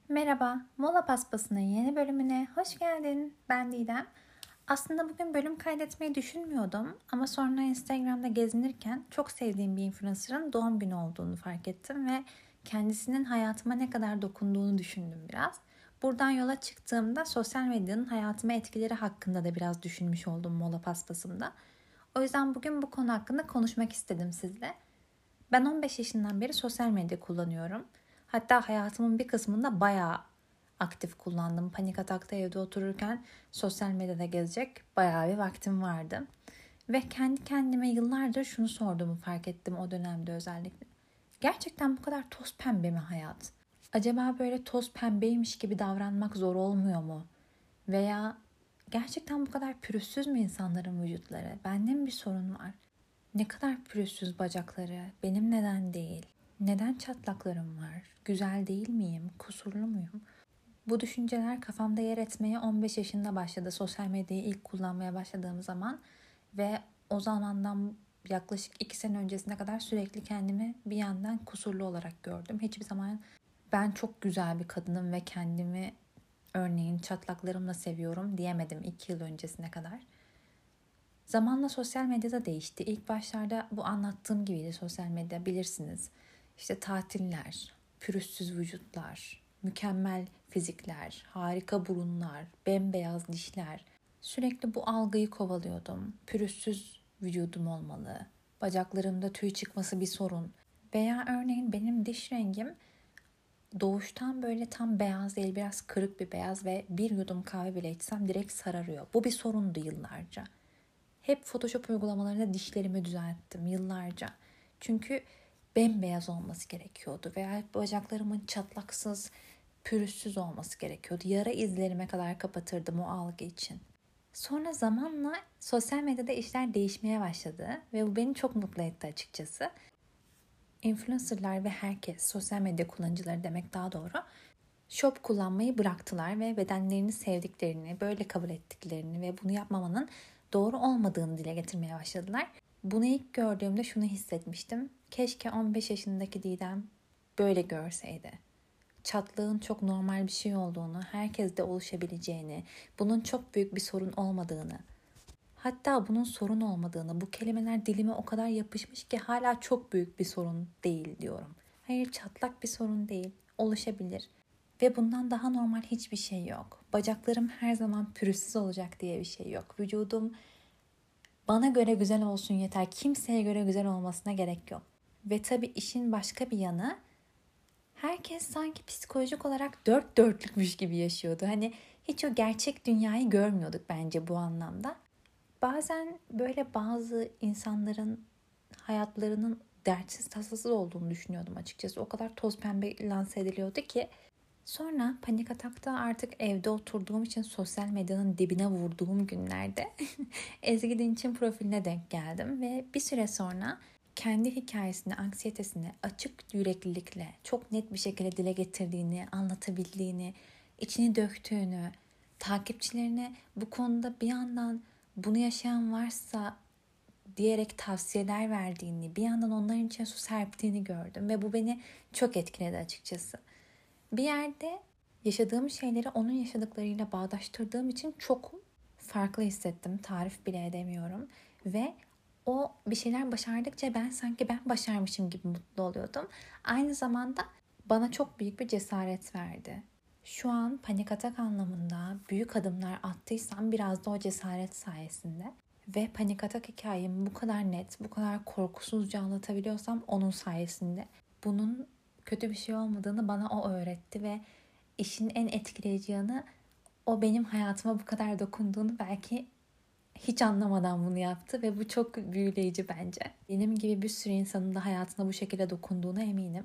Merhaba, Mola Paspası'nın yeni bölümüne hoş geldin. Ben Didem. Aslında bugün bölüm kaydetmeyi düşünmüyordum ama sonra Instagram'da gezinirken çok sevdiğim bir influencer'ın doğum günü olduğunu fark ettim ve kendisinin hayatıma ne kadar dokunduğunu düşündüm biraz. Buradan yola çıktığımda sosyal medyanın hayatıma etkileri hakkında da biraz düşünmüş oldum Mola Paspası'mda. O yüzden bugün bu konu hakkında konuşmak istedim sizle. Ben 15 yaşından beri sosyal medya kullanıyorum. Hatta hayatımın bir kısmında bayağı aktif kullandım. Panik atakta evde otururken sosyal medyada gezecek bayağı bir vaktim vardı. Ve kendi kendime yıllardır şunu sorduğumu fark ettim o dönemde özellikle. Gerçekten bu kadar toz pembe mi hayat? Acaba böyle toz pembeymiş gibi davranmak zor olmuyor mu? Veya gerçekten bu kadar pürüzsüz mü insanların vücutları? Bende mi bir sorun var? Ne kadar pürüzsüz bacakları, benim neden değil? Neden çatlaklarım var? Güzel değil miyim? Kusurlu muyum? Bu düşünceler kafamda yer etmeye 15 yaşında başladı. Sosyal medyayı ilk kullanmaya başladığım zaman ve o zamandan yaklaşık 2 sene öncesine kadar sürekli kendimi bir yandan kusurlu olarak gördüm. Hiçbir zaman ben çok güzel bir kadınım ve kendimi örneğin çatlaklarımla seviyorum diyemedim 2 yıl öncesine kadar. Zamanla sosyal medyada değişti. İlk başlarda bu anlattığım gibiydi sosyal medya bilirsiniz. İşte tatiller, pürüzsüz vücutlar, mükemmel fizikler, harika burunlar, bembeyaz dişler. Sürekli bu algıyı kovalıyordum. Pürüzsüz vücudum olmalı. Bacaklarımda tüy çıkması bir sorun. Veya örneğin benim diş rengim doğuştan böyle tam beyaz değil, biraz kırık bir beyaz ve bir yudum kahve bile içsem direkt sararıyor. Bu bir sorundu yıllarca. Hep Photoshop uygulamalarında dişlerimi düzelttim yıllarca. Çünkü bembeyaz olması gerekiyordu veya bacaklarımın çatlaksız, pürüzsüz olması gerekiyordu. Yara izlerime kadar kapatırdım o algı için. Sonra zamanla sosyal medyada işler değişmeye başladı ve bu beni çok mutlu etti açıkçası. Influencerlar ve herkes, sosyal medya kullanıcıları demek daha doğru, shop kullanmayı bıraktılar ve bedenlerini sevdiklerini, böyle kabul ettiklerini ve bunu yapmamanın doğru olmadığını dile getirmeye başladılar. Bunu ilk gördüğümde şunu hissetmiştim. Keşke 15 yaşındaki Didem böyle görseydi. Çatlığın çok normal bir şey olduğunu, herkeste oluşabileceğini, bunun çok büyük bir sorun olmadığını, hatta bunun sorun olmadığını, bu kelimeler dilime o kadar yapışmış ki hala çok büyük bir sorun değil diyorum. Hayır, çatlak bir sorun değil, oluşabilir. Ve bundan daha normal hiçbir şey yok. Bacaklarım her zaman pürüzsüz olacak diye bir şey yok. Vücudum bana göre güzel olsun yeter. Kimseye göre güzel olmasına gerek yok. Ve tabii işin başka bir yanı, herkes sanki psikolojik olarak dört dörtlükmüş gibi yaşıyordu. Hani hiç o gerçek dünyayı görmüyorduk bence bu anlamda. Bazen böyle bazı insanların hayatlarının dertsiz tasasız olduğunu düşünüyordum açıkçası. O kadar toz pembe lanse ediliyordu ki. Sonra panik atakta artık evde oturduğum için sosyal medyanın dibine vurduğum günlerde Ezgi Dinç'in profiline denk geldim ve bir süre sonra kendi hikayesini, anksiyetesini açık yüreklilikle çok net bir şekilde dile getirdiğini, anlatabildiğini, içini döktüğünü, takipçilerine bu konuda bir yandan bunu yaşayan varsa diyerek tavsiyeler verdiğini, bir yandan onların için su serptiğini gördüm ve bu beni çok etkiledi açıkçası. Bir yerde yaşadığım şeyleri onun yaşadıklarıyla bağdaştırdığım için çok farklı hissettim. Tarif bile edemiyorum. Ve o bir şeyler başardıkça ben sanki ben başarmışım gibi mutlu oluyordum. Aynı zamanda bana çok büyük bir cesaret verdi. Şu an panik atak anlamında büyük adımlar attıysam biraz da o cesaret sayesinde. Ve panik atak hikayemi bu kadar net, bu kadar korkusuzca anlatabiliyorsam onun sayesinde. Bunun kötü bir şey olmadığını bana o öğretti ve işin en etkileyici yanı, o benim hayatıma bu kadar dokunduğunu belki hiç anlamadan bunu yaptı ve bu çok büyüleyici bence. Benim gibi bir sürü insanın da hayatına bu şekilde dokunduğuna eminim.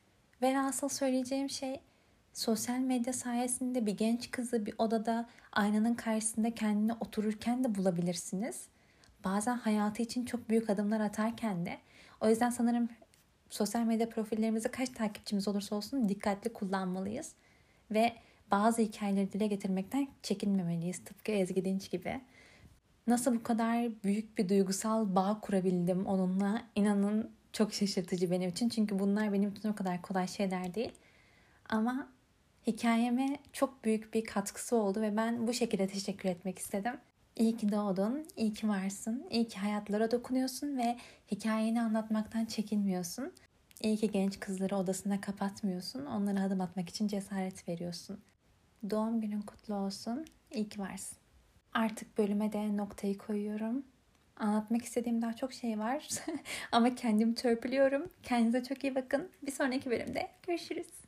Ve asıl söyleyeceğim şey, sosyal medya sayesinde bir genç kızı bir odada aynanın karşısında kendini otururken de bulabilirsiniz. Bazen hayatı için çok büyük adımlar atarken de. O yüzden sanırım sosyal medya profillerimizi kaç takipçimiz olursa olsun dikkatli kullanmalıyız. Ve bazı hikayeleri dile getirmekten çekinmemeliyiz. Tıpkı Ezgi Dinç gibi. Nasıl bu kadar büyük bir duygusal bağ kurabildim onunla, inanın çok şaşırtıcı benim için. Çünkü bunlar benim için o kadar kolay şeyler değil. Ama Hikayeme çok büyük bir katkısı oldu ve ben bu şekilde teşekkür etmek istedim. İyi ki doğdun, iyi ki varsın, iyi ki hayatlara dokunuyorsun ve hikayeni anlatmaktan çekinmiyorsun. İyi ki genç kızları odasına kapatmıyorsun, onlara adım atmak için cesaret veriyorsun. Doğum günün kutlu olsun, iyi ki varsın. Artık bölüme de noktayı koyuyorum. Anlatmak istediğim daha çok şey var ama kendimi törpülüyorum. Kendinize çok iyi bakın. Bir sonraki bölümde görüşürüz.